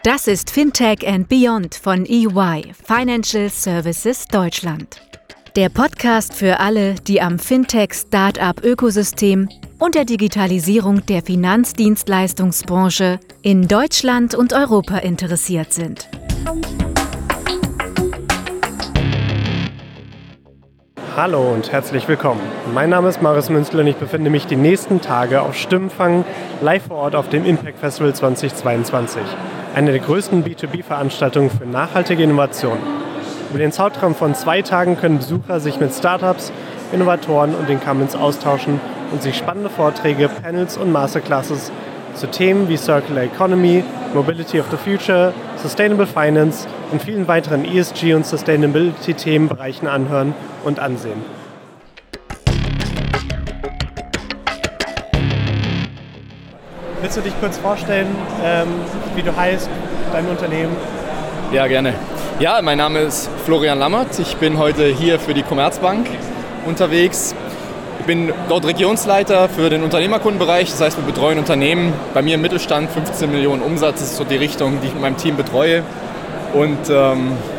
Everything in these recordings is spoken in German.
Das ist Fintech and Beyond von EY, Financial Services Deutschland. Der Podcast für alle, die am Fintech-Startup-Ökosystem und der Digitalisierung der Finanzdienstleistungsbranche in Deutschland und Europa interessiert sind. Hallo und herzlich willkommen. Mein Name ist Marius Münzl und ich befinde mich die nächsten Tage auf Stimmenfang live vor Ort auf dem Impact Festival 2022. Eine der größten B2B-Veranstaltungen für nachhaltige Innovation. Über den Zeitraum von 2 Tagen können Besucher sich mit Startups, Innovatoren und Incumbents austauschen und sich spannende Vorträge, Panels und Masterclasses zu Themen wie Circular Economy, Mobility of the Future, Sustainable Finance und vielen weiteren ESG- und Sustainability-Themenbereichen anhören und ansehen. Willst du dich kurz vorstellen, wie du heißt, dein Unternehmen? Ja, gerne. Ja, mein Name ist Florian Lammert. Ich bin heute hier für die Commerzbank unterwegs. Ich bin dort Regionsleiter für den Unternehmerkundenbereich. Das heißt, wir betreuen Unternehmen. Bei mir im Mittelstand 15 Millionen Umsatz. Das ist so die Richtung, die ich mit meinem Team betreue. Und das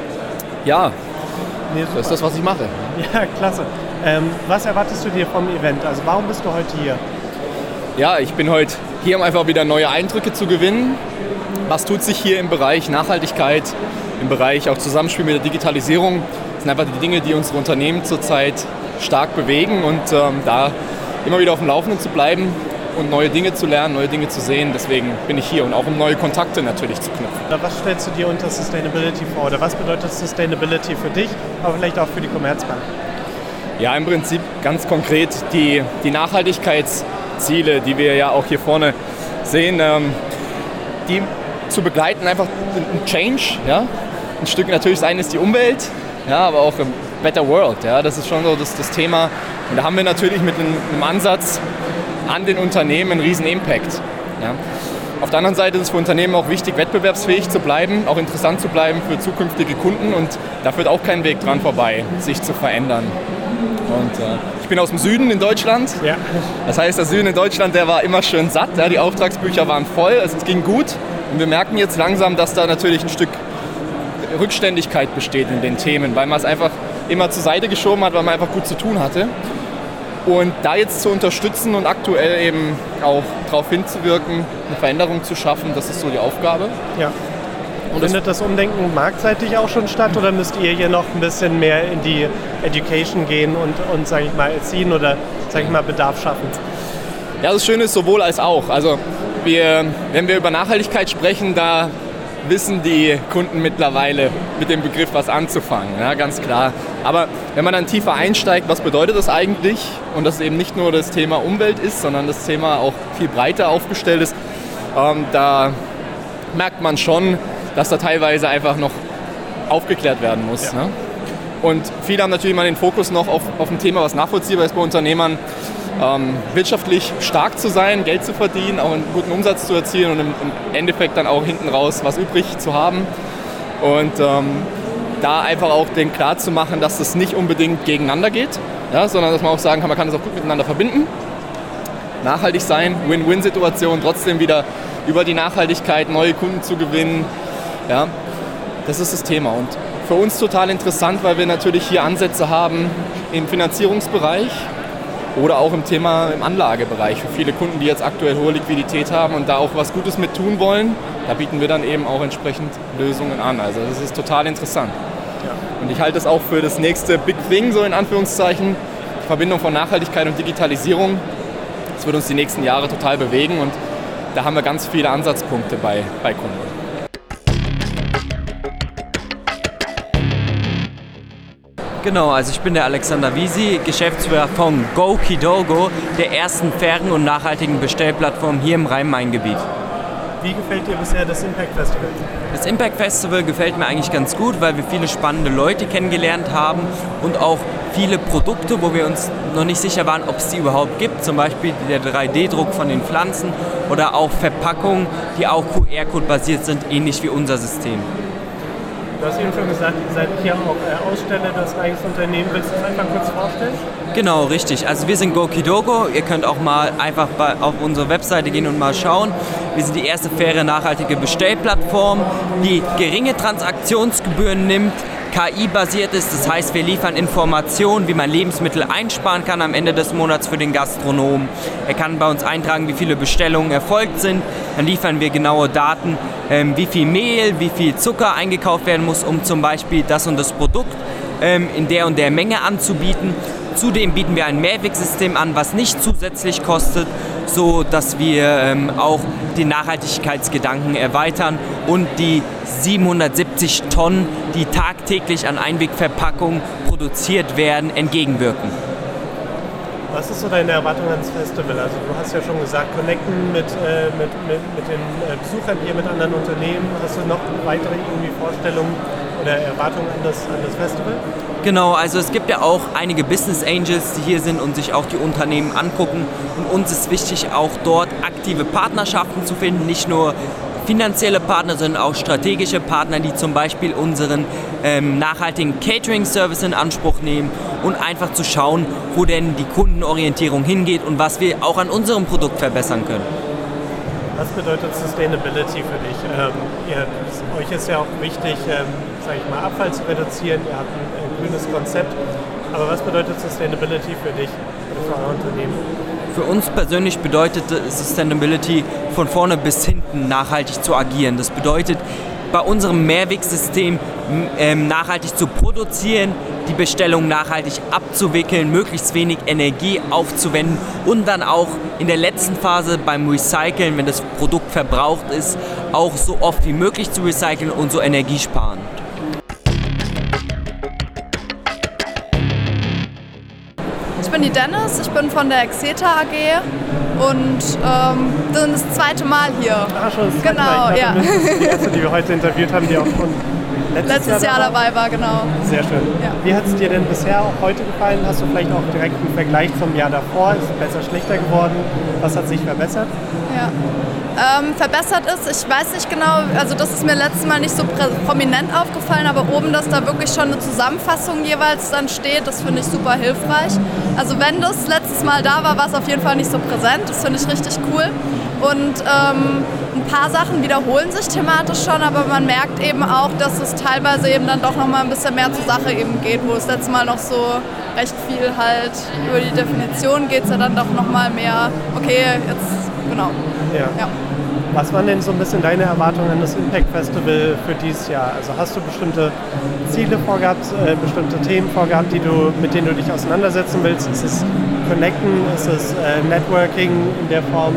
ist das, was ich mache. Ja, klasse. Was erwartest du dir vom Event? Also warum bist du heute hier? Ja, ich bin heute hier, um einfach wieder neue Eindrücke zu gewinnen. Was tut sich hier im Bereich Nachhaltigkeit, im Bereich auch Zusammenspiel mit der Digitalisierung? Das sind einfach die Dinge, die unsere Unternehmen zurzeit stark bewegen und da immer wieder auf dem Laufenden zu bleiben und neue Dinge zu lernen, neue Dinge zu sehen. Deswegen bin ich hier und auch um neue Kontakte natürlich zu knüpfen. Was stellst du dir unter Sustainability vor oder was bedeutet Sustainability für dich, aber vielleicht auch für die Commerzbank? Ja, im Prinzip ganz konkret die Nachhaltigkeitsziele, die wir ja auch hier vorne sehen, die zu begleiten, einfach ein Change, ja, ein Stück natürlich, das eine ist die Umwelt, ja, aber auch ein Better World, ja, das ist schon so das Thema. Und da haben wir natürlich mit einem Ansatz an den Unternehmen einen riesen Impact. Ja. Auf der anderen Seite ist es für Unternehmen auch wichtig, wettbewerbsfähig zu bleiben, auch interessant zu bleiben für zukünftige Kunden und da führt auch kein Weg dran vorbei, sich zu verändern. Und ich bin aus dem Süden in Deutschland. Ja. Das heißt, der Süden in Deutschland, der war immer schön satt, ja, die Auftragsbücher waren voll, also es ging gut. Und wir merken jetzt langsam, dass da natürlich ein Stück Rückständigkeit besteht in den Themen, weil man es einfach immer zur Seite geschoben hat, weil man einfach gut zu tun hatte. Und da jetzt zu unterstützen und aktuell eben auch darauf hinzuwirken, eine Veränderung zu schaffen, das ist so die Aufgabe. Ja. Und findet das Umdenken marktseitig auch schon statt oder müsst ihr hier noch ein bisschen mehr in die Education gehen und sage ich mal, erziehen oder sage ich mal, Bedarf schaffen? Ja, das Schöne ist sowohl als auch. Also wenn wir über Nachhaltigkeit sprechen, da wissen die Kunden mittlerweile mit dem Begriff was anzufangen, ja, ganz klar. Aber wenn man dann tiefer einsteigt, was bedeutet das eigentlich? Und dass es eben nicht nur das Thema Umwelt ist, sondern das Thema auch viel breiter aufgestellt ist, da merkt man schon, dass da teilweise einfach noch aufgeklärt werden muss. Ja. Ne? Und viele haben natürlich mal den Fokus noch auf ein Thema, was nachvollziehbar ist bei Unternehmern, wirtschaftlich stark zu sein, Geld zu verdienen, auch einen guten Umsatz zu erzielen und im Endeffekt dann auch hinten raus was übrig zu haben. Und da einfach auch den klar zu machen, dass das nicht unbedingt gegeneinander geht, ja, sondern dass man auch sagen kann, man kann das auch gut miteinander verbinden. Nachhaltig sein, Win-Win-Situation, trotzdem wieder über die Nachhaltigkeit neue Kunden zu gewinnen. Ja, das ist das Thema. Und für uns total interessant, weil wir natürlich hier Ansätze haben im Finanzierungsbereich oder auch im Anlagebereich für viele Kunden, die jetzt aktuell hohe Liquidität haben und da auch was Gutes mit tun wollen. Da bieten wir dann eben auch entsprechend Lösungen an. Also das ist total interessant. Ja. Und ich halte es auch für das nächste Big Thing, so in Anführungszeichen, die Verbindung von Nachhaltigkeit und Digitalisierung. Das wird uns die nächsten Jahre total bewegen und da haben wir ganz viele Ansatzpunkte bei Kunden. Genau, also ich bin der Alexander Wiesi, Geschäftsführer von GoKidogo, der ersten fairen und nachhaltigen Bestellplattform hier im Rhein-Main-Gebiet. Wie gefällt dir bisher das Impact Festival? Das Impact Festival gefällt mir eigentlich ganz gut, weil wir viele spannende Leute kennengelernt haben und auch viele Produkte, wo wir uns noch nicht sicher waren, ob es die überhaupt gibt. Zum Beispiel der 3D-Druck von den Pflanzen oder auch Verpackungen, die auch QR-Code basiert sind, ähnlich wie unser System. Du hast eben schon gesagt, ihr seid hier auch ausstelle, das eigenes Unternehmen. Willst du es einfach kurz vorstellen? Genau, richtig. Also wir sind Gokidogo. Ihr könnt auch mal einfach auf unsere Webseite gehen und mal schauen. Wir sind die erste faire, nachhaltige Bestellplattform, die geringe Transaktionsgebühren nimmt, KI-basiert ist. Das heißt, wir liefern Informationen, wie man Lebensmittel einsparen kann am Ende des Monats für den Gastronomen. Er kann bei uns eintragen, wie viele Bestellungen erfolgt sind. Dann liefern wir genaue Daten, wie viel Mehl, wie viel Zucker eingekauft werden muss, um zum Beispiel das und das Produkt in der und der Menge anzubieten. Zudem bieten wir ein Mehrwegsystem an, was nicht zusätzlich kostet, so dass wir auch den Nachhaltigkeitsgedanken erweitern und die 770 Tonnen, die tagtäglich an Einwegverpackungen produziert werden, entgegenwirken. Was ist so deine Erwartung ans Festival? Also du hast ja schon gesagt, connecten mit den Besuchern hier, mit anderen Unternehmen. Hast du noch weitere irgendwie Vorstellungen oder Erwartungen an das Festival? Genau, also es gibt ja auch einige Business Angels, die hier sind und sich auch die Unternehmen angucken. Und uns ist wichtig, auch dort aktive Partnerschaften zu finden, nicht nur finanzielle Partner, sondern auch strategische Partner, die zum Beispiel unseren nachhaltigen Catering-Service in Anspruch nehmen und einfach zu schauen, wo denn die Kundenorientierung hingeht und was wir auch an unserem Produkt verbessern können. Was bedeutet Sustainability für dich? Euch ist ja auch wichtig, sage ich mal, Abfall zu reduzieren. Ihr habt ein grünes Konzept. Aber was bedeutet Sustainability für dich und für euer Unternehmen? Für uns persönlich bedeutet Sustainability von vorne bis hinten nachhaltig zu agieren. Das bedeutet, bei unserem Mehrwegsystem nachhaltig zu produzieren, die Bestellung nachhaltig abzuwickeln, möglichst wenig Energie aufzuwenden und dann auch in der letzten Phase beim Recyceln, wenn das Produkt verbraucht ist, auch so oft wie möglich zu recyceln und so energiesparend. Ich bin die Dennis, ich bin von der Exeta AG und das ist das zweite Mal hier. Ah, schon das zweite Genau, Mal. ja. Das ist die erste, die wir heute interviewt haben, die auch schon letztes Jahr dabei war, genau. Sehr schön. Ja. Wie hat es dir denn bisher auch heute gefallen? Hast du vielleicht auch direkt einen Vergleich zum Jahr davor? Ist es besser, schlechter geworden? Was hat sich verbessert? Ja. Verbessert ist, ich weiß nicht genau, also das ist mir letztes Mal nicht so prominent aufgefallen, aber oben, dass da wirklich schon eine Zusammenfassung jeweils dann steht, das finde ich super hilfreich. Also wenn das letztes Mal da war, war es auf jeden Fall nicht so präsent, das finde ich richtig cool. Und ein paar Sachen wiederholen sich thematisch schon, aber man merkt eben auch, dass es teilweise eben dann doch nochmal ein bisschen mehr zur Sache eben geht, wo es letztes Mal noch so recht viel halt über die Definition geht es ja dann doch nochmal mehr, okay, jetzt, genau. Ja. Was waren denn so ein bisschen deine Erwartungen an das Impact Festival für dieses Jahr? Also hast du bestimmte Ziele vorgehabt, bestimmte Themen vorgehabt, mit denen du dich auseinandersetzen willst? Ist es Connecten, ist es Networking in der Form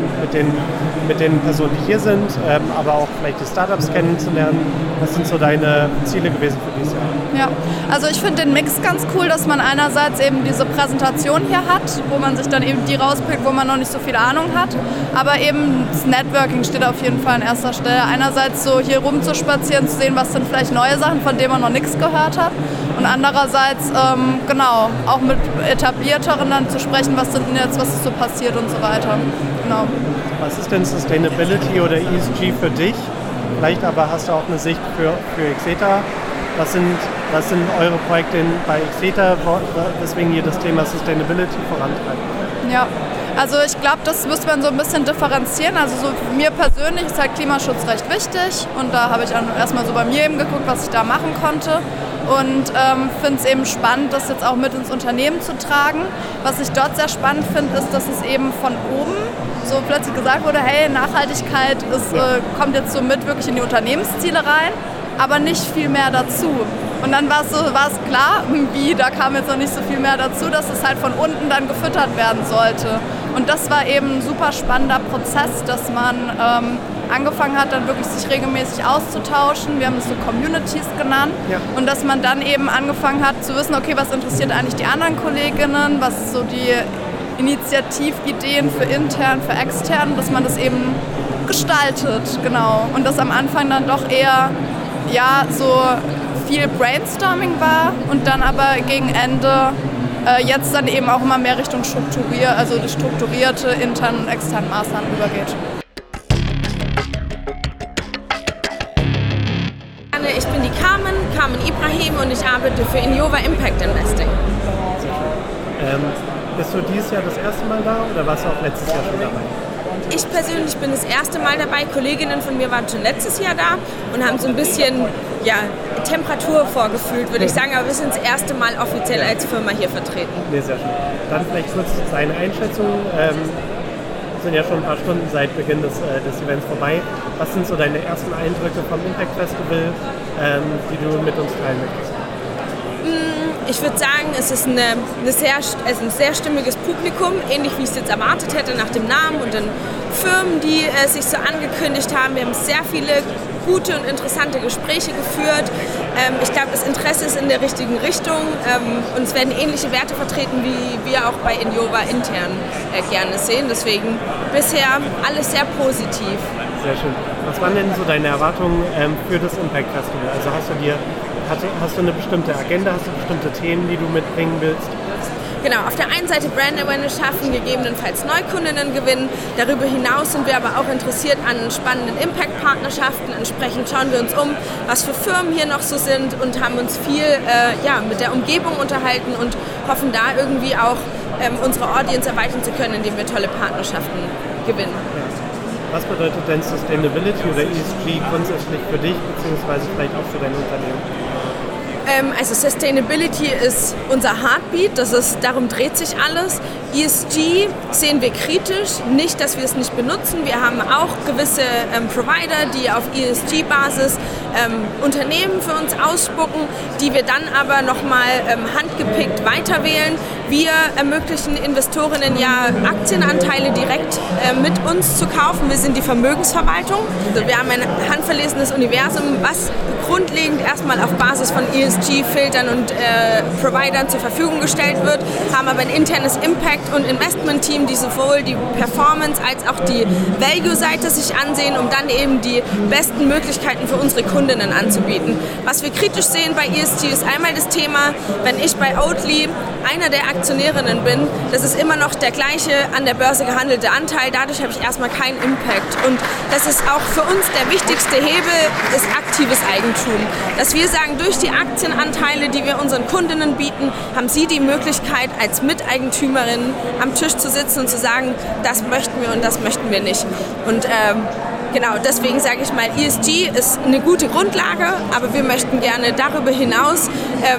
mit den Personen, die hier sind, aber auch vielleicht die Startups kennenzulernen? Was sind so deine Ziele gewesen für dieses Jahr? Ja, also ich finde den Mix ganz cool, dass man einerseits eben diese Präsentation hier hat, wo man sich dann eben die rauspickt, wo man noch nicht so viel Ahnung hat, aber eben das Networking steht auf jeden Fall an erster Stelle. Einerseits so hier rumzuspazieren, zu sehen, was sind vielleicht neue Sachen, von denen man noch nichts gehört hat, und andererseits genau, auch mit Etablierteren dann zu sprechen, was sind denn jetzt, was ist so passiert und so weiter. Genau. Was ist denn Sustainability oder ESG für dich? Vielleicht aber hast du auch eine Sicht für Exeta. Was sind eure Projekte bei Exeta, weswegen ihr das Thema Sustainability vorantreibt? Ja, also ich glaube, das müsste man so ein bisschen differenzieren. Also so für mir persönlich ist halt Klimaschutz recht wichtig und da habe ich erstmal so bei mir eben geguckt, was ich da machen konnte. Und finde es eben spannend, das jetzt auch mit ins Unternehmen zu tragen. Was ich dort sehr spannend finde, ist, dass es eben von oben so plötzlich gesagt wurde, hey, Nachhaltigkeit kommt jetzt so mit wirklich in die Unternehmensziele rein, aber nicht viel mehr dazu. Und dann war es klar, da kam jetzt noch nicht so viel mehr dazu, dass es halt von unten dann gefüttert werden sollte. Und das war eben ein super spannender Prozess, dass man angefangen hat, dann wirklich sich regelmäßig auszutauschen. Wir haben es so Communities genannt. Ja. Und dass man dann eben angefangen hat zu wissen, okay, was interessiert eigentlich die anderen Kolleginnen, was ist so die Initiativideen für intern, für extern, dass man das eben gestaltet, genau. Und das am Anfang dann doch eher, ja, so viel Brainstorming war und dann aber gegen Ende jetzt dann eben auch immer mehr Richtung die strukturierte internen und externen Maßnahmen übergeht. Ich bin die Carmen Namen Ibrahim und ich arbeite für Innova Impact Investing. Bist du dieses Jahr das erste Mal da oder warst du auch letztes Jahr schon dabei? Ich persönlich bin das erste Mal dabei. Kolleginnen von mir waren schon letztes Jahr da und haben so ein bisschen Temperatur vorgefühlt, würde ich sagen. Aber wir sind das erste Mal offiziell als Firma hier vertreten. Nee, sehr schön. Dann vielleicht kurz deine Einschätzung. Sind ja schon ein paar Stunden seit Beginn des Events vorbei. Was sind so deine ersten Eindrücke vom Impact Festival, die du mit uns teilen möchtest? Ich würde sagen, es ist ein sehr stimmiges Publikum, ähnlich wie ich es jetzt erwartet hätte nach dem Namen und den Firmen, die sich so angekündigt haben. Wir haben sehr viele gute und interessante Gespräche geführt. Ich glaube, das Interesse ist in der richtigen Richtung und es werden ähnliche Werte vertreten, wie wir auch bei Innova intern gerne sehen. Deswegen bisher alles sehr positiv. Sehr schön. Was waren denn so deine Erwartungen für das Impact Festival? Also hast du eine bestimmte Agenda, hast du bestimmte Themen, die du mitbringen willst? Genau, auf der einen Seite Brand Awareness schaffen, gegebenenfalls Neukundinnen gewinnen. Darüber hinaus sind wir aber auch interessiert an spannenden Impact-Partnerschaften. Entsprechend schauen wir uns um, was für Firmen hier noch so sind und haben uns viel mit der Umgebung unterhalten und hoffen da irgendwie auch unsere Audience erweitern zu können, indem wir tolle Partnerschaften gewinnen. Was bedeutet denn Sustainability oder ESG grundsätzlich für dich, beziehungsweise vielleicht auch für dein Unternehmen? Also Sustainability ist unser Heartbeat, darum dreht sich alles. ESG sehen wir kritisch, nicht, dass wir es nicht benutzen. Wir haben auch gewisse Provider, die auf ESG-Basis Unternehmen für uns ausspucken, die wir dann aber nochmal handgepickt weiterwählen. Wir ermöglichen Investorinnen ja Aktienanteile direkt mit uns zu kaufen. Wir sind die Vermögensverwaltung. Also wir haben ein handverlesenes Universum, was grundlegend erstmal auf Basis von ESG-Filtern und Providern zur Verfügung gestellt wird, haben aber ein internes Impact- und Investment-Team, die sowohl die Performance als auch die Value-Seite sich ansehen, um dann eben die besten Möglichkeiten für unsere Kundinnen anzubieten. Was wir kritisch sehen bei ESG ist einmal das Thema, wenn ich bei Oatly einer der Aktionärinnen bin, das ist immer noch der gleiche an der Börse gehandelte Anteil, dadurch habe ich erstmal keinen Impact. Und das ist auch für uns der wichtigste Hebel, ist aktives Eigentum. Dass wir sagen, durch die Aktienanteile, die wir unseren Kundinnen bieten, haben sie die Möglichkeit, als Miteigentümerin am Tisch zu sitzen und zu sagen, das möchten wir und das möchten wir nicht. Und genau, deswegen sage ich mal, ESG ist eine gute Grundlage, aber wir möchten gerne darüber hinaus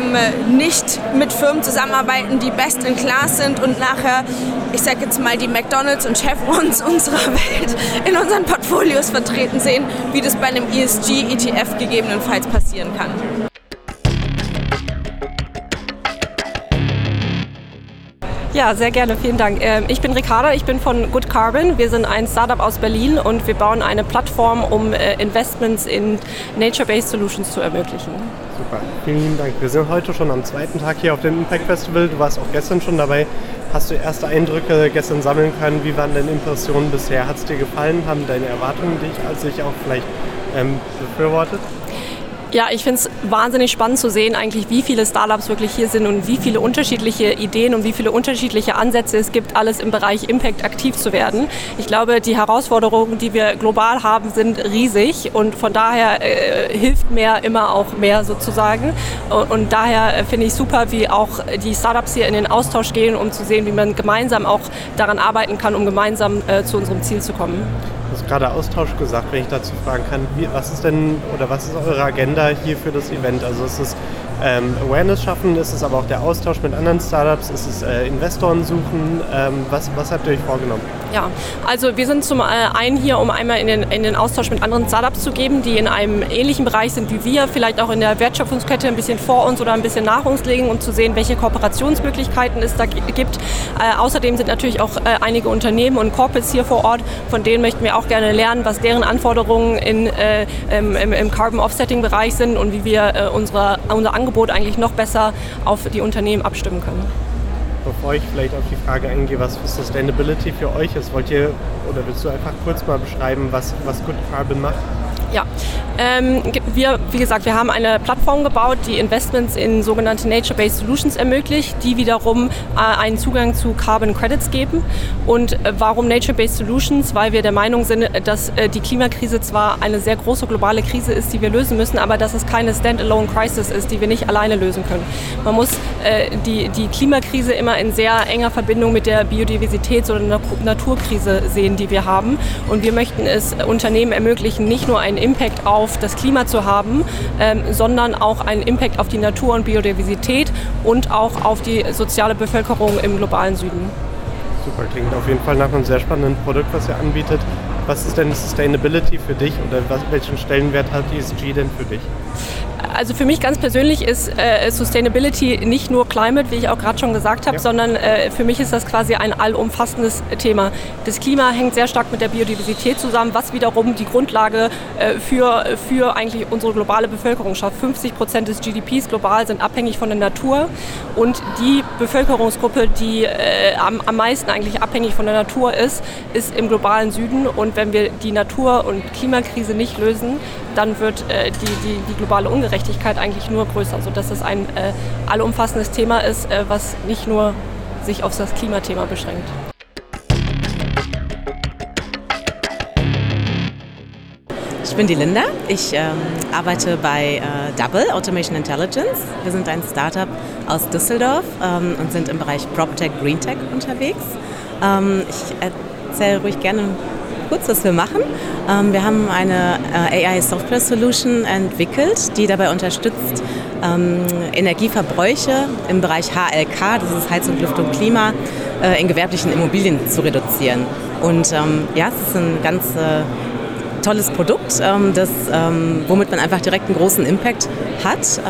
nicht mit Firmen zusammenarbeiten, die best in class sind und nachher, ich sage jetzt mal, die McDonald's und Chevrons unserer Welt in unseren Portfolios vertreten sehen, wie das bei einem ESG-ETF gegebenenfalls passieren kann. Ja, sehr gerne, vielen Dank. Ich bin Ricarda, ich bin von Good Carbon. Wir sind ein Startup aus Berlin und wir bauen eine Plattform, um Investments in Nature-Based Solutions zu ermöglichen. Super, vielen lieben Dank. Wir sind heute schon am zweiten Tag hier auf dem Impact Festival. Du warst auch gestern schon dabei. Hast du erste Eindrücke gestern sammeln können? Wie waren deine Impressionen bisher? Hat es dir gefallen? Haben deine Erwartungen dich auch vielleicht befürwortet? Ja, ich finde es wahnsinnig spannend zu sehen, eigentlich, wie viele Startups wirklich hier sind und wie viele unterschiedliche Ideen und wie viele unterschiedliche Ansätze es gibt, alles im Bereich Impact aktiv zu werden. Ich glaube, die Herausforderungen, die wir global haben, sind riesig und von daher hilft mehr immer auch mehr sozusagen. Und daher finde ich super, wie auch die Startups hier in den Austausch gehen, um zu sehen, wie man gemeinsam auch daran arbeiten kann, um gemeinsam zu unserem Ziel zu kommen. Du hast gerade Austausch gesagt, wenn ich dazu fragen kann, was ist eure Agenda hier für das Event? Also ist es Awareness schaffen, ist es aber auch der Austausch mit anderen Startups, ist es Investoren suchen, was habt ihr euch vorgenommen? Ja, also wir sind zum einen hier, um einmal in den Austausch mit anderen Startups zu geben, die in einem ähnlichen Bereich sind wie wir, vielleicht auch in der Wertschöpfungskette ein bisschen vor uns oder ein bisschen nach uns liegen und zu sehen, welche Kooperationsmöglichkeiten es da gibt. Außerdem sind natürlich auch einige Unternehmen und Corporates hier vor Ort, von denen möchten wir auch gerne lernen, was deren Anforderungen im Carbon Offsetting Bereich sind und wie wir unser Angebot eigentlich noch besser auf die Unternehmen abstimmen können. Bevor ich vielleicht auf die Frage eingehe, was Sustainability für euch ist, willst du einfach kurz mal beschreiben, was Good Carbon macht? Ja, wir haben eine Plattform gebaut, die Investments in sogenannte Nature-Based Solutions ermöglicht, die wiederum einen Zugang zu Carbon Credits geben. Und warum Nature-Based Solutions? Weil wir der Meinung sind, dass die Klimakrise zwar eine sehr große globale Krise ist, die wir lösen müssen, aber dass es keine Standalone-Crisis ist, die wir nicht alleine lösen können. Man muss die Klimakrise immer in sehr enger Verbindung mit der Biodiversitäts- oder Naturkrise sehen, die wir haben. Und wir möchten es Unternehmen ermöglichen, nicht nur einen Impact auf das Klima zu haben, sondern auch einen Impact auf die Natur und Biodiversität und auch auf die soziale Bevölkerung im globalen Süden. Super, klingt auf jeden Fall nach einem sehr spannenden Produkt, was ihr anbietet. Was ist denn Sustainability für dich oder welchen Stellenwert hat ESG denn für dich? Also für mich ganz persönlich ist Sustainability nicht nur Climate, wie ich auch gerade schon gesagt habe, sondern für mich ist das quasi ein allumfassendes Thema. Das Klima hängt sehr stark mit der Biodiversität zusammen, was wiederum die Grundlage für eigentlich unsere globale Bevölkerung schafft. 50% des GDPs global sind abhängig von der Natur und die Bevölkerungsgruppe, die am meisten eigentlich abhängig von der Natur ist im globalen Süden. Und wenn wir die Natur- und Klimakrise nicht lösen, dann wird die globale Ungerechtigkeit eigentlich nur größer, sodass es ein allumfassendes Thema ist, was nicht nur sich auf das Klimathema beschränkt. Ich bin die Linda. Ich arbeite bei Double Automation Intelligence. Wir sind ein Startup aus Düsseldorf und sind im Bereich PropTech, GreenTech unterwegs. Ich erzähle ruhig gerne kurz, was wir machen. Wir haben eine AI-Software-Solution entwickelt, die dabei unterstützt, Energieverbräuche im Bereich HLK, das ist Heizung, Lüftung, Klima, in gewerblichen Immobilien zu reduzieren. Und es ist ein ganz tolles Produkt, womit man einfach direkt einen großen Impact hat.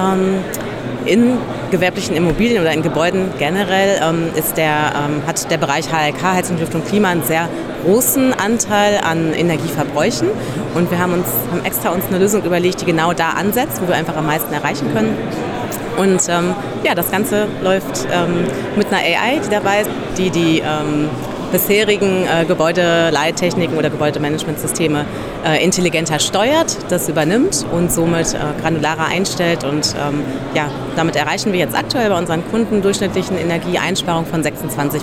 In gewerblichen Immobilien oder in Gebäuden generell hat der Bereich HLK, Heizung, Lüftung, Klima, einen sehr großen Anteil an Energieverbräuchen. Und wir haben extra uns eine Lösung überlegt, die genau da ansetzt, wo wir einfach am meisten erreichen können. Und das Ganze läuft mit einer AI, die dabei ist, die bisherigen Gebäudeleittechniken oder Gebäudemanagementsysteme intelligenter steuert, das übernimmt und somit granularer einstellt. Und damit erreichen wir jetzt aktuell bei unseren Kunden durchschnittlichen Energieeinsparung von 26%.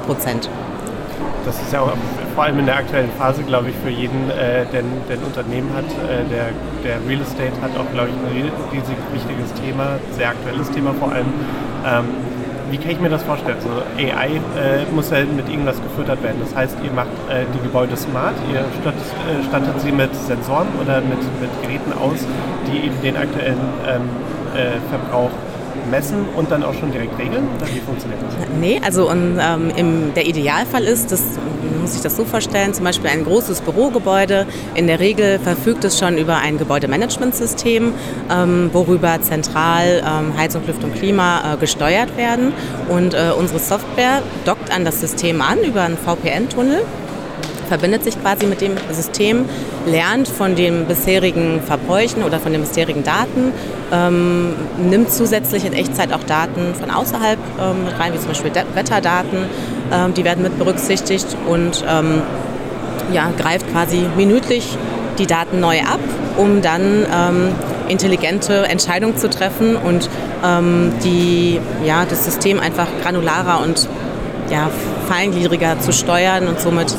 Das ist ja auch vor allem in der aktuellen Phase, glaube ich, für jeden, der ein Unternehmen hat, der Real Estate hat auch, glaube ich, ein riesig wichtiges Thema, sehr aktuelles Thema vor allem. Wie kann ich mir das vorstellen? Also AI muss ja mit irgendwas gefüttert werden. Das heißt, ihr macht die Gebäude smart, ihr stattet sie mit Sensoren oder mit Geräten aus, die eben den aktuellen Verbrauch messen und dann auch schon direkt regeln? Oder wie funktioniert das? Nee, also der Idealfall ist, man muss sich das so vorstellen, zum Beispiel ein großes Bürogebäude. In der Regel verfügt es schon über ein Gebäudemanagementsystem, worüber zentral Heizung, Lüftung, Klima gesteuert werden. Und unsere Software dockt an das System an über einen VPN-Tunnel, verbindet sich quasi mit dem System, lernt von den bisherigen Verbräuchen oder von den bisherigen Daten, nimmt zusätzlich in Echtzeit auch Daten von außerhalb mit rein, wie zum Beispiel Wetterdaten, die werden mit berücksichtigt und greift quasi minütlich die Daten neu ab, um dann intelligente Entscheidungen zu treffen und das System einfach granularer und feingliedriger zu steuern und somit,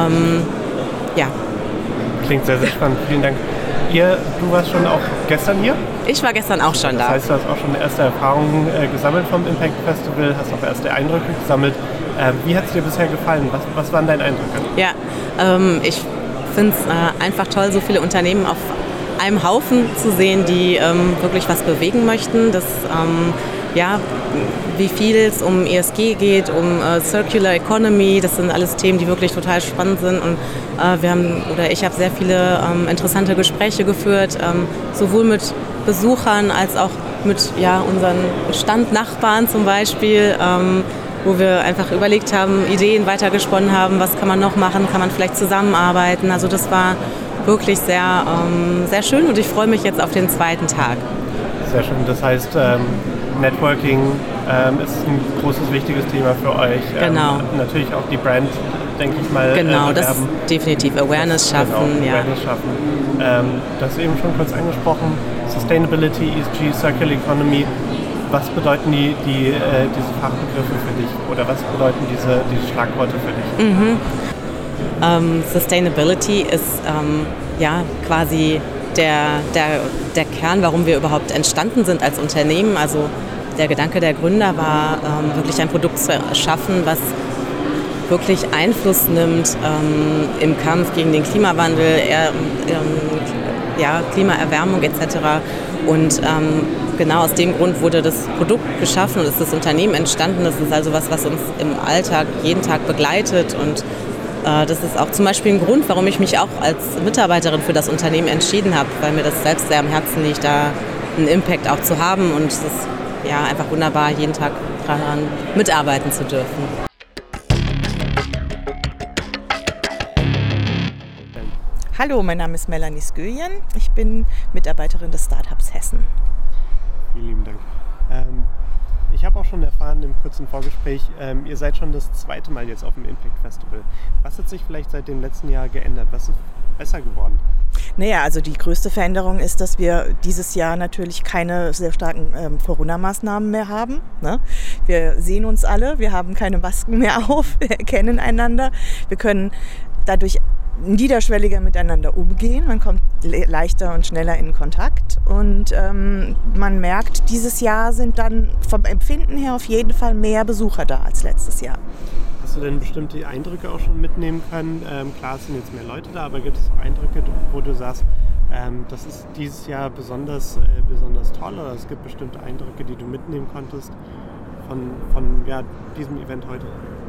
Klingt sehr, sehr spannend. Vielen Dank. Du warst schon auch gestern hier? Ich war gestern auch schon da. Das heißt, du hast auch schon erste Erfahrungen gesammelt vom Impact Festival, hast auch erste Eindrücke gesammelt. Wie hat es dir bisher gefallen? Was waren deine Eindrücke? Ja, ich finde es einfach toll, so viele Unternehmen auf einem Haufen zu sehen, die wirklich was bewegen möchten. Wie viel es um ESG geht, um Circular Economy, das sind alles Themen, die wirklich total spannend sind. Und ich habe sehr viele interessante Gespräche geführt, sowohl mit Besuchern als auch mit unseren Standnachbarn zum Beispiel, wo wir einfach überlegt haben, Ideen weitergesponnen haben, was kann man noch machen, kann man vielleicht zusammenarbeiten. Also das war wirklich sehr, sehr schön und ich freue mich jetzt auf den zweiten Tag. Sehr schön, das heißt, Networking ist ein großes, wichtiges Thema für euch. Genau. Natürlich auch die Brand denke ich mal, genau, das ist definitiv Awareness schaffen. Genau, Awareness schaffen. Du hast eben schon kurz angesprochen, Sustainability, ESG, Circular Economy. Was bedeuten diese Fachbegriffe für dich oder was bedeuten diese Schlagworte für dich? Sustainability ist quasi der Kern, warum wir überhaupt entstanden sind als Unternehmen. Also der Gedanke der Gründer war, wirklich ein Produkt zu erschaffen, was wirklich Einfluss nimmt im Kampf gegen den Klimawandel, Klimaerwärmung etc. Und genau aus dem Grund wurde das Produkt geschaffen und ist das Unternehmen entstanden. Das ist also was uns im Alltag jeden Tag begleitet und das ist auch zum Beispiel ein Grund, warum ich mich auch als Mitarbeiterin für das Unternehmen entschieden habe, weil mir das selbst sehr am Herzen liegt, da einen Impact auch zu haben und es ist einfach wunderbar, jeden Tag daran mitarbeiten zu dürfen. Hallo, mein Name ist Melanie Sköjen. Ich bin Mitarbeiterin des Startups Hessen. Vielen lieben Dank. Ich habe auch schon erfahren im kurzen Vorgespräch, ihr seid schon das zweite Mal jetzt auf dem Impact Festival. Was hat sich vielleicht seit dem letzten Jahr geändert? Was ist besser geworden? Naja, also die größte Veränderung ist, dass wir dieses Jahr natürlich keine sehr starken Corona-Maßnahmen mehr haben. Ne? Wir sehen uns alle, wir haben keine Masken mehr auf, wir erkennen einander. Wir können dadurch niederschwelliger miteinander umgehen. Man kommt leichter und schneller in Kontakt und man merkt, dieses Jahr sind dann vom Empfinden her auf jeden Fall mehr Besucher da als letztes Jahr. Hast du denn bestimmte Eindrücke auch schon mitnehmen können? Klar, es sind jetzt mehr Leute da, aber gibt es auch Eindrücke, wo du sagst, das ist dieses Jahr besonders toll oder es gibt bestimmte Eindrücke, die du mitnehmen konntest von diesem Event heute?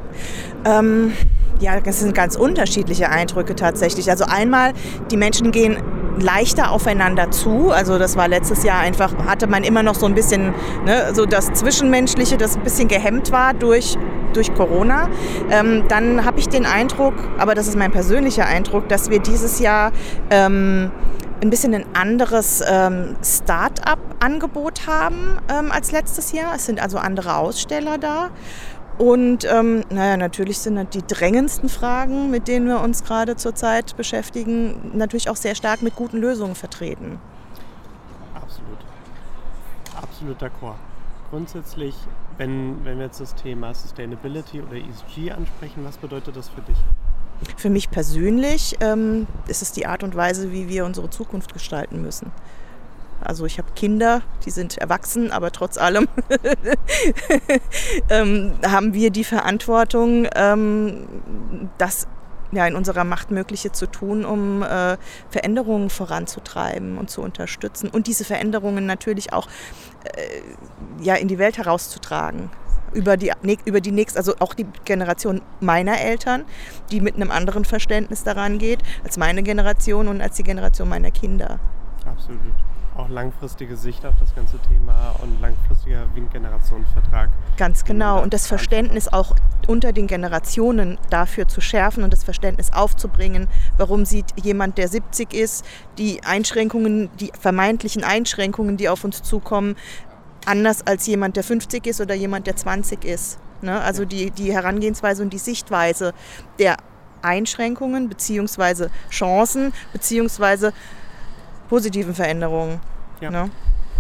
Das sind ganz unterschiedliche Eindrücke tatsächlich. Also einmal, die Menschen gehen leichter aufeinander zu. Also das war letztes Jahr einfach, hatte man immer noch so ein bisschen, so das Zwischenmenschliche, das ein bisschen gehemmt war durch Corona. Dann habe ich den Eindruck, aber das ist mein persönlicher Eindruck, dass wir dieses Jahr ein bisschen ein anderes Start-up-Angebot haben als letztes Jahr. Es sind also andere Aussteller da. Und natürlich sind die drängendsten Fragen, mit denen wir uns gerade zurzeit beschäftigen, natürlich auch sehr stark mit guten Lösungen vertreten. Absolut d'accord. Grundsätzlich, wenn wir jetzt das Thema Sustainability oder ESG ansprechen, was bedeutet das für dich? Für mich persönlich ist es die Art und Weise, wie wir unsere Zukunft gestalten müssen. Also ich habe Kinder, die sind erwachsen, aber trotz allem haben wir die Verantwortung, das in unserer Macht Mögliche zu tun, um Veränderungen voranzutreiben und zu unterstützen und diese Veränderungen natürlich auch in die Welt herauszutragen. Über die nächste, also auch die Generation meiner Eltern, die mit einem anderen Verständnis daran geht, als meine Generation und als die Generation meiner Kinder. Absolut. Auch langfristige Sicht auf das ganze Thema und langfristiger Generationenvertrag. Ganz genau. Und das Verständnis auch unter den Generationen dafür zu schärfen und das Verständnis aufzubringen, warum sieht jemand, der 70 ist, die vermeintlichen Einschränkungen, die auf uns zukommen, anders als jemand, der 50 ist oder jemand, der 20 ist. Also die Herangehensweise und die Sichtweise der Einschränkungen bzw. Chancen bzw. positiven Veränderungen. Ja, absolut.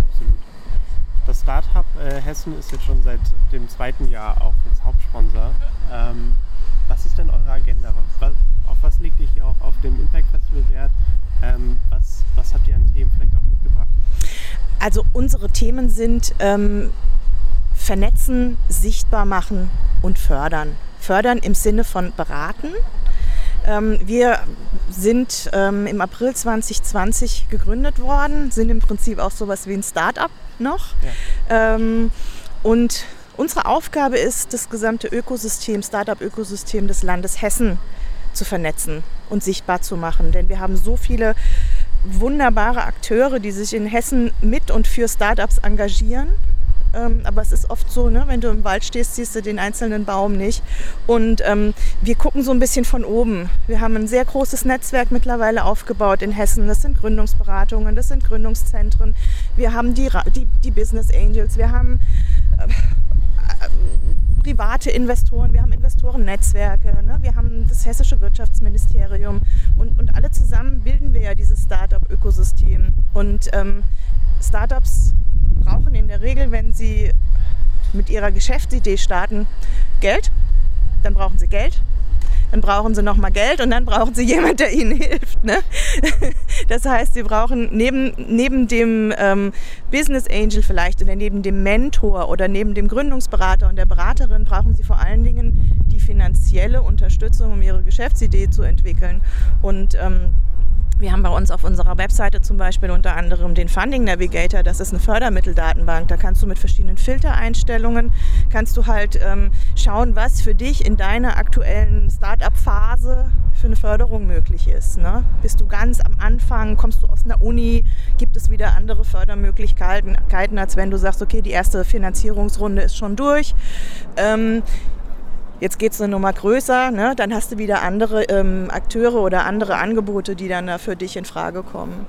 Das Startup Hessen ist jetzt schon seit dem zweiten Jahr auch als Hauptsponsor. Was ist denn eure Agenda? Auf was legt ihr hier auch auf dem Impact Festival Wert? Was habt ihr an Themen vielleicht auch mitgebracht? Also unsere Themen sind vernetzen, sichtbar machen und fördern. Fördern im Sinne von beraten. Wir sind im April 2020 gegründet worden, sind im Prinzip auch sowas wie ein Start-up noch. Ja. Und unsere Aufgabe ist, das gesamte Start-up-Ökosystem des Landes Hessen zu vernetzen und sichtbar zu machen. Denn wir haben so viele wunderbare Akteure, die sich in Hessen mit und für Start-ups engagieren. Aber es ist oft so, wenn du im Wald stehst, siehst du den einzelnen Baum nicht. Und wir gucken so ein bisschen von oben. Wir haben ein sehr großes Netzwerk mittlerweile aufgebaut in Hessen. Das sind Gründungsberatungen, das sind Gründungszentren. Wir haben die Business Angels, wir haben private Investoren, wir haben Investorennetzwerke, ne? Wir haben das Hessische Wirtschaftsministerium und alle zusammen bilden wir ja dieses Startup-Ökosystem. Und Startups brauchen in der Regel, wenn sie mit ihrer Geschäftsidee starten, Geld, dann brauchen sie Geld. Dann brauchen sie nochmal Geld und dann brauchen sie jemanden, der ihnen hilft. Ne? Das heißt, sie brauchen neben dem Business Angel vielleicht oder neben dem Mentor oder neben dem Gründungsberater und der Beraterin brauchen sie vor allen Dingen die finanzielle Unterstützung, um ihre Geschäftsidee zu entwickeln. Und wir haben bei uns auf unserer Webseite zum Beispiel unter anderem den Funding Navigator, das ist eine Fördermitteldatenbank. Da kannst du mit verschiedenen Filtereinstellungen, kannst du halt schauen, was für dich in deiner aktuellen Start-up-Phase für eine Förderung möglich ist. Ne? Bist du ganz am Anfang, kommst du aus einer Uni, gibt es wieder andere Fördermöglichkeiten, als wenn du sagst, okay, die erste Finanzierungsrunde ist schon durch. Jetzt geht es eine Nummer größer, ne? Dann hast du wieder andere Akteure oder andere Angebote, die dann für dich in Frage kommen.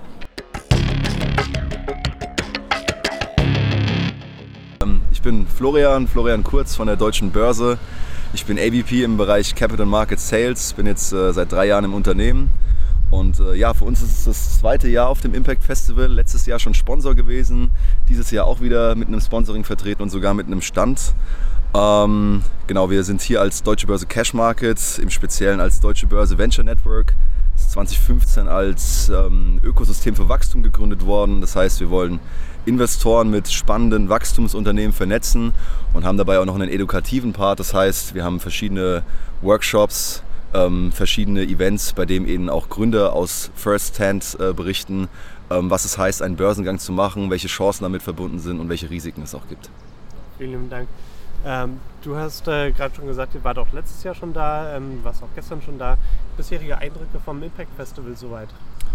Ich bin Florian Kurz von der Deutschen Börse. Ich bin AVP im Bereich Capital Market Sales, bin jetzt seit 3 Jahren im Unternehmen. Und für uns ist es das 2. Jahr auf dem Impact Festival, letztes Jahr schon Sponsor gewesen, dieses Jahr auch wieder mit einem Sponsoring vertreten und sogar mit einem Stand. Wir sind hier als Deutsche Börse Cash Market, im Speziellen als Deutsche Börse Venture Network. Das ist 2015 als Ökosystem für Wachstum gegründet worden. Das heißt, wir wollen Investoren mit spannenden Wachstumsunternehmen vernetzen und haben dabei auch noch einen edukativen Part. Das heißt, wir haben verschiedene Workshops, verschiedene Events, bei denen eben auch Gründer aus First Hand berichten, was es heißt, einen Börsengang zu machen, welche Chancen damit verbunden sind und welche Risiken es auch gibt. Vielen Dank. Du hast gerade schon gesagt, ihr wart auch letztes Jahr schon da, warst auch gestern schon da. Bisherige Eindrücke vom Impact Festival soweit?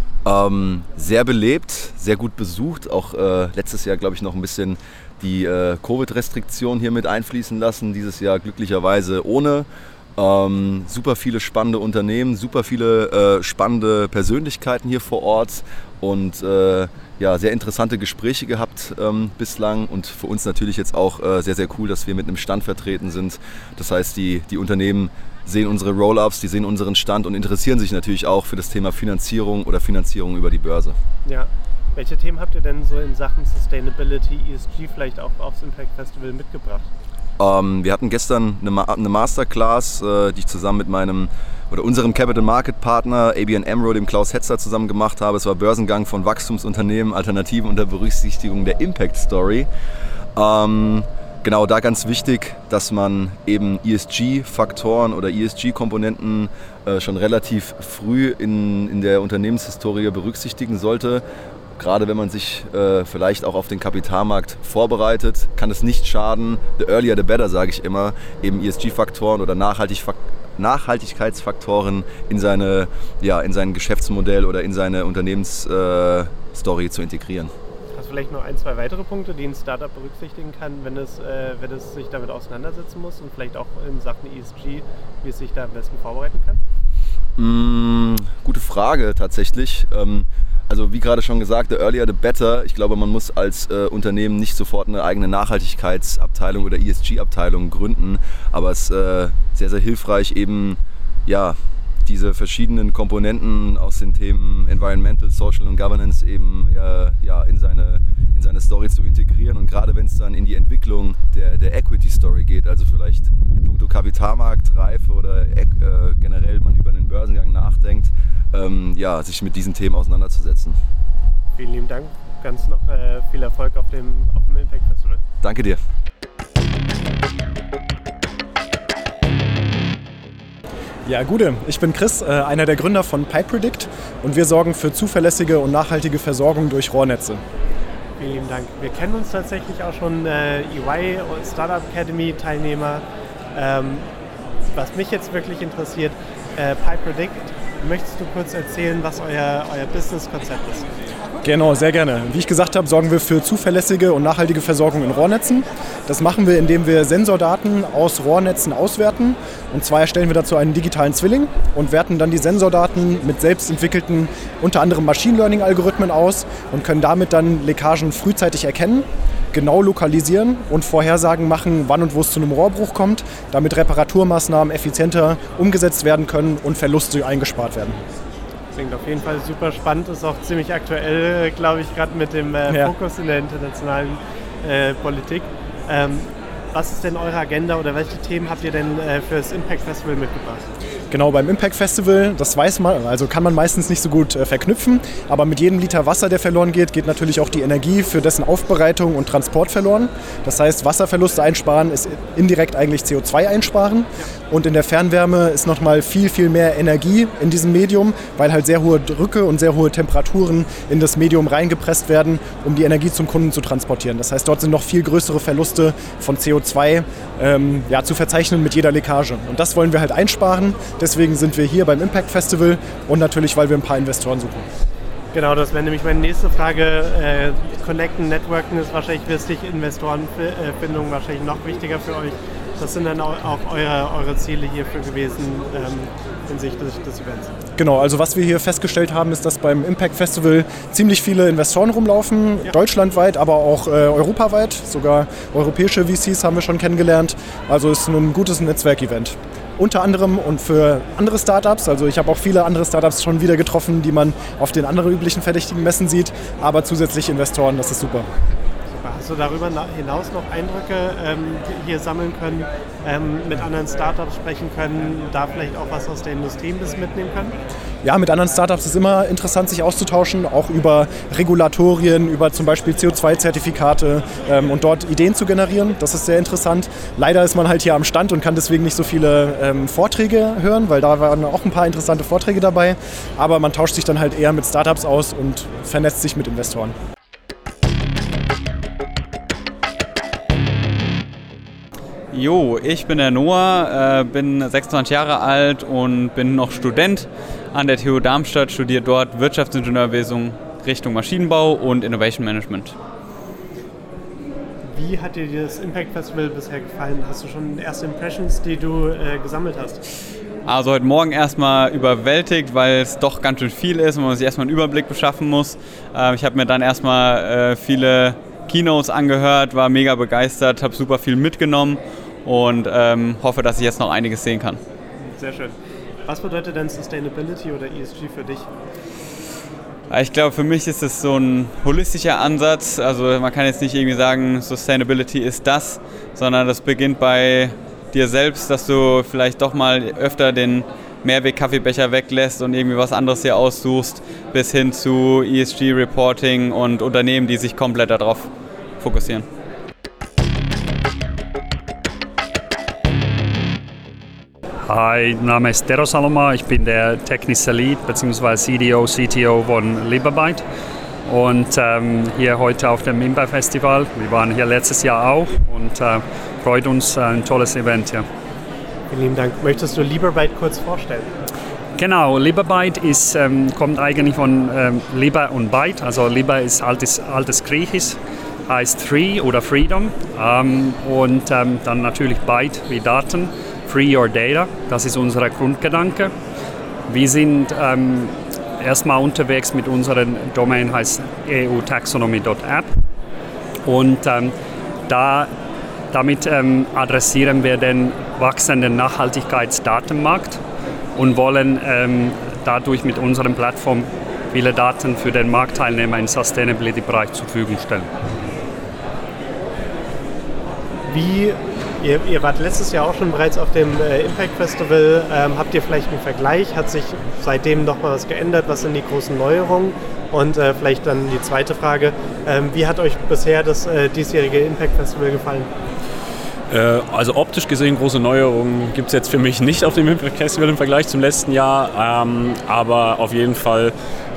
Sehr belebt, sehr gut besucht. Auch letztes Jahr, glaube ich, noch ein bisschen die Covid-Restriktion hier mit einfließen lassen. Dieses Jahr glücklicherweise ohne. Super viele spannende Unternehmen, super viele spannende Persönlichkeiten hier vor Ort und sehr interessante Gespräche gehabt bislang und für uns natürlich jetzt auch sehr, sehr cool, dass wir mit einem Stand vertreten sind. Das heißt, die Unternehmen sehen unsere Roll-Ups, die sehen unseren Stand und interessieren sich natürlich auch für das Thema Finanzierung oder Finanzierung über die Börse. Ja. Welche Themen habt ihr denn so in Sachen Sustainability, ESG vielleicht auch aufs Impact Festival mitgebracht? Wir hatten gestern eine Masterclass, die ich zusammen mit unserem Capital Market Partner ABN AMRO, dem Klaus Hetzer, zusammen gemacht habe. Es war Börsengang von Wachstumsunternehmen, Alternativen unter Berücksichtigung der Impact Story. Genau da ganz wichtig, dass man eben ESG-Faktoren oder ESG-Komponenten schon relativ früh in der Unternehmenshistorie berücksichtigen sollte. Gerade wenn man sich vielleicht auch auf den Kapitalmarkt vorbereitet, kann es nicht schaden, the earlier the better, sage ich immer, eben ESG-Faktoren oder Nachhaltigkeitsfaktoren in sein Geschäftsmodell oder in seine Unternehmensstory zu integrieren. Hast du vielleicht noch 1, 2 weitere Punkte, die ein Startup berücksichtigen kann, wenn es sich damit auseinandersetzen muss und vielleicht auch in Sachen ESG, wie es sich da am besten vorbereiten kann? Gute Frage tatsächlich. Also wie gerade schon gesagt, the earlier the better. Ich glaube, man muss als Unternehmen nicht sofort eine eigene Nachhaltigkeitsabteilung oder ESG-Abteilung gründen, aber es ist sehr, sehr hilfreich, eben diese verschiedenen Komponenten aus den Themen Environmental, Social und Governance eben in seine Story zu integrieren. Und gerade wenn es dann in die Entwicklung der Equity-Story geht, also vielleicht in puncto Kapitalmarktreife oder generell man über einen Börsengang nachdenkt, sich mit diesen Themen auseinanderzusetzen. Vielen lieben Dank, ganz noch viel Erfolg auf dem Impact Festival. Danke dir. Ja, Gude, ich bin Chris, einer der Gründer von PipePredict und wir sorgen für zuverlässige und nachhaltige Versorgung durch Rohrnetze. Vielen lieben Dank. Wir kennen uns tatsächlich auch schon EY Startup Academy Teilnehmer. Was mich jetzt wirklich interessiert, PipePredict, möchtest du kurz erzählen, was euer Business-Konzept ist? Genau, sehr gerne. Wie ich gesagt habe, sorgen wir für zuverlässige und nachhaltige Versorgung in Rohrnetzen. Das machen wir, indem wir Sensordaten aus Rohrnetzen auswerten. Und zwar erstellen wir dazu einen digitalen Zwilling und werten dann die Sensordaten mit selbst entwickelten, unter anderem Machine Learning Algorithmen aus und können damit dann Leckagen frühzeitig erkennen genau lokalisieren und Vorhersagen machen, wann und wo es zu einem Rohrbruch kommt, damit Reparaturmaßnahmen effizienter umgesetzt werden können und Verluste eingespart werden. Klingt auf jeden Fall super spannend, ist auch ziemlich aktuell, glaube ich, gerade mit dem Fokus in der internationalen Politik. Was ist denn eure Agenda oder welche Themen habt ihr denn für das Impact Festival mitgebracht? Genau, beim Impact Festival, das weiß man, also kann man meistens nicht so gut verknüpfen, aber mit jedem Liter Wasser, der verloren geht, geht natürlich auch die Energie für dessen Aufbereitung und Transport verloren. Das heißt, Wasserverluste einsparen ist indirekt eigentlich CO2 einsparen. Und in der Fernwärme ist nochmal viel, viel mehr Energie in diesem Medium, weil halt sehr hohe Drücke und sehr hohe Temperaturen in das Medium reingepresst werden, um die Energie zum Kunden zu transportieren. Das heißt, dort sind noch viel größere Verluste von CO2 zu verzeichnen mit jeder Leckage. Und das wollen wir halt einsparen. Deswegen sind wir hier beim Impact Festival und natürlich, weil wir ein paar Investoren suchen. Genau, das wäre nämlich meine nächste Frage. Connecten, Networken ist wahrscheinlich wichtig, Investorenfindung wahrscheinlich noch wichtiger für euch. Das sind dann auch eure Ziele hierfür gewesen hinsichtlich des Events. Genau, also was wir hier festgestellt haben, ist, dass beim Impact Festival ziemlich viele Investoren rumlaufen, deutschlandweit, aber auch europaweit. Sogar europäische VCs haben wir schon kennengelernt. Also ist ein gutes Netzwerkevent. Unter anderem und für andere Startups, also ich habe auch viele andere Startups schon wieder getroffen, die man auf den anderen üblichen verdächtigen Messen sieht, aber zusätzlich Investoren, das ist super. Hast du darüber hinaus noch Eindrücke hier sammeln können, mit anderen Startups sprechen können, da vielleicht auch was aus der Industrie ein bisschen mitnehmen können? Ja, mit anderen Startups ist immer interessant, sich auszutauschen, auch über Regulatorien, über zum Beispiel CO2-Zertifikate und dort Ideen zu generieren. Das ist sehr interessant. Leider ist man halt hier am Stand und kann deswegen nicht so viele Vorträge hören, weil da waren auch ein paar interessante Vorträge dabei. Aber man tauscht sich dann halt eher mit Startups aus und vernetzt sich mit Investoren. Jo, ich bin der Noah, bin 26 Jahre alt und bin noch Student an der TU Darmstadt, studiere dort Wirtschaftsingenieurwesen Richtung Maschinenbau und Innovation Management. Wie hat dir das Impact Festival bisher gefallen? Hast du schon erste Impressions, die du gesammelt hast? Also heute Morgen erstmal überwältigt, weil es doch ganz schön viel ist und man sich erstmal einen Überblick beschaffen muss. Ich habe mir dann erstmal viele Keynotes angehört, war mega begeistert, habe super viel mitgenommen und hoffe, dass ich jetzt noch einiges sehen kann. Sehr schön. Was bedeutet denn Sustainability oder ESG für dich? Ich glaube, für mich ist es so ein holistischer Ansatz. Also man kann jetzt nicht irgendwie sagen, Sustainability ist das, sondern das beginnt bei dir selbst, dass du vielleicht doch mal öfter den Mehrweg-Kaffeebecher weglässt und irgendwie was anderes hier aussuchst, bis hin zu ESG-Reporting und Unternehmen, die sich komplett darauf fokussieren. Hi, mein Name ist Dero Saloma, ich bin der Technische Lead bzw. CDO, CTO von Libabyte und hier heute auf dem Impact Festival. Wir waren hier letztes Jahr auch und freut uns, ein tolles Event hier. Vielen lieben Dank. Möchtest du Libabyte kurz vorstellen? Genau, Libabyte kommt eigentlich von Liber und Byte, also Liber ist altes Griechisch, heißt Free oder Freedom und dann natürlich Byte wie Daten. Free Your Data, das ist unser Grundgedanke. Wir sind erstmal unterwegs mit unserem Domain, heißt eutaxonomy.app und damit adressieren wir den wachsenden Nachhaltigkeitsdatenmarkt und wollen dadurch mit unserer Plattform viele Daten für den Marktteilnehmer im Sustainability-Bereich zur Verfügung stellen. Ihr wart letztes Jahr auch schon bereits auf dem Impact Festival. Habt ihr vielleicht einen Vergleich? Hat sich seitdem noch mal was geändert? Was sind die großen Neuerungen? Und vielleicht dann die zweite Frage. Wie hat euch bisher das diesjährige Impact Festival gefallen? Also optisch gesehen große Neuerungen gibt es jetzt für mich nicht auf dem Impact Festival im Vergleich zum letzten Jahr. Aber auf jeden Fall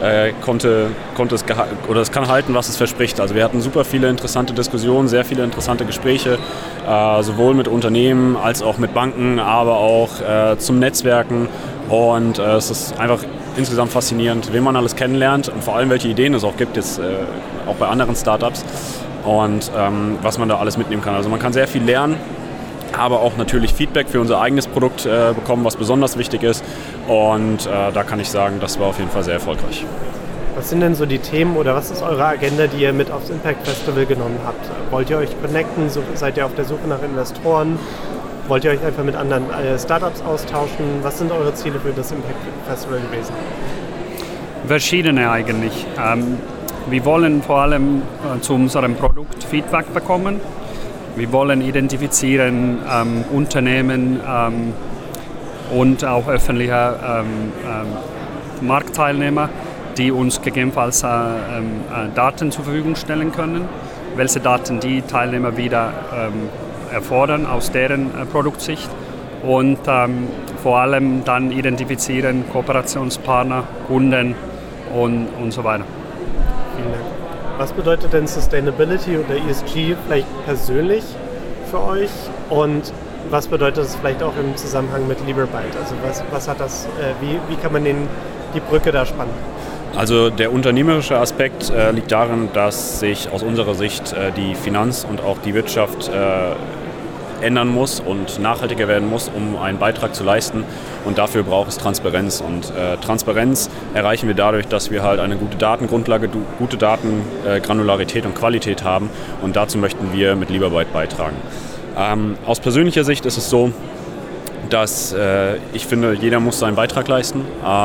es kann halten, was es verspricht. Also wir hatten super viele interessante Diskussionen, sehr viele interessante Gespräche, sowohl mit Unternehmen als auch mit Banken, aber auch zum Netzwerken. Und es ist einfach insgesamt faszinierend, wen man alles kennenlernt und vor allem welche Ideen es auch gibt, jetzt auch bei anderen Startups und was man da alles mitnehmen kann. Also man kann sehr viel lernen, aber auch natürlich Feedback für unser eigenes Produkt bekommen, was besonders wichtig ist. Und da kann ich sagen, das war auf jeden Fall sehr erfolgreich. Was sind denn so die Themen oder was ist eure Agenda, die ihr mit aufs Impact Festival genommen habt? Wollt ihr euch connecten? Seid ihr auf der Suche nach Investoren? Wollt ihr euch einfach mit anderen Startups austauschen? Was sind eure Ziele für das Impact Festival gewesen? Verschiedene eigentlich. Wir wollen vor allem zu unserem Produkt Feedback bekommen. Wir wollen identifizieren Unternehmen und auch öffentliche Marktteilnehmer, die uns gegebenenfalls Daten zur Verfügung stellen können, welche Daten die Teilnehmer wieder erfordern aus deren Produktsicht und vor allem dann identifizieren Kooperationspartner, Kunden und so weiter. Vielen Dank. Was bedeutet denn Sustainability oder ESG vielleicht persönlich für euch und was bedeutet es vielleicht auch im Zusammenhang mit Liberbyte? Also was hat das, wie kann man die Brücke da spannen? Also der unternehmerische Aspekt liegt darin, dass sich aus unserer Sicht die Finanz- und auch die Wirtschaft ändern muss und nachhaltiger werden muss, um einen Beitrag zu leisten. Und dafür braucht es Transparenz. Und Transparenz erreichen wir dadurch, dass wir halt eine gute Datengrundlage, gute Datengranularität und Qualität haben. Und dazu möchten wir mit Liberbyte beitragen. Aus persönlicher Sicht ist es so, dass ich finde, jeder muss seinen Beitrag leisten.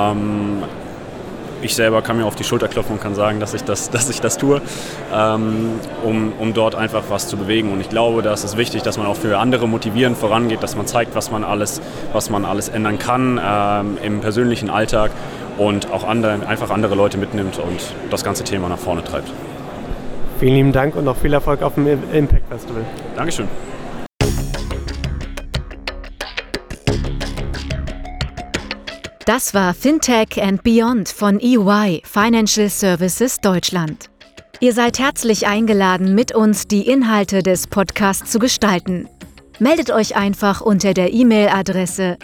Ich selber kann mir auf die Schulter klopfen und kann sagen, dass ich das tue, um dort einfach was zu bewegen. Und ich glaube, da ist es wichtig, dass man auch für andere motivierend vorangeht, dass man zeigt, was man alles ändern kann im persönlichen Alltag und auch einfach andere Leute mitnimmt und das ganze Thema nach vorne treibt. Vielen lieben Dank und noch viel Erfolg auf dem Impact Festival. Dankeschön. Das war Fintech and Beyond von EY Financial Services Deutschland. Ihr seid herzlich eingeladen, mit uns die Inhalte des Podcasts zu gestalten. Meldet euch einfach unter der E-Mail-Adresse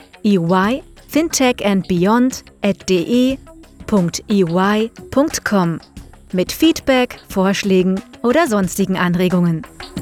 eyfintechandbeyond@de.ey.com mit Feedback, Vorschlägen oder sonstigen Anregungen.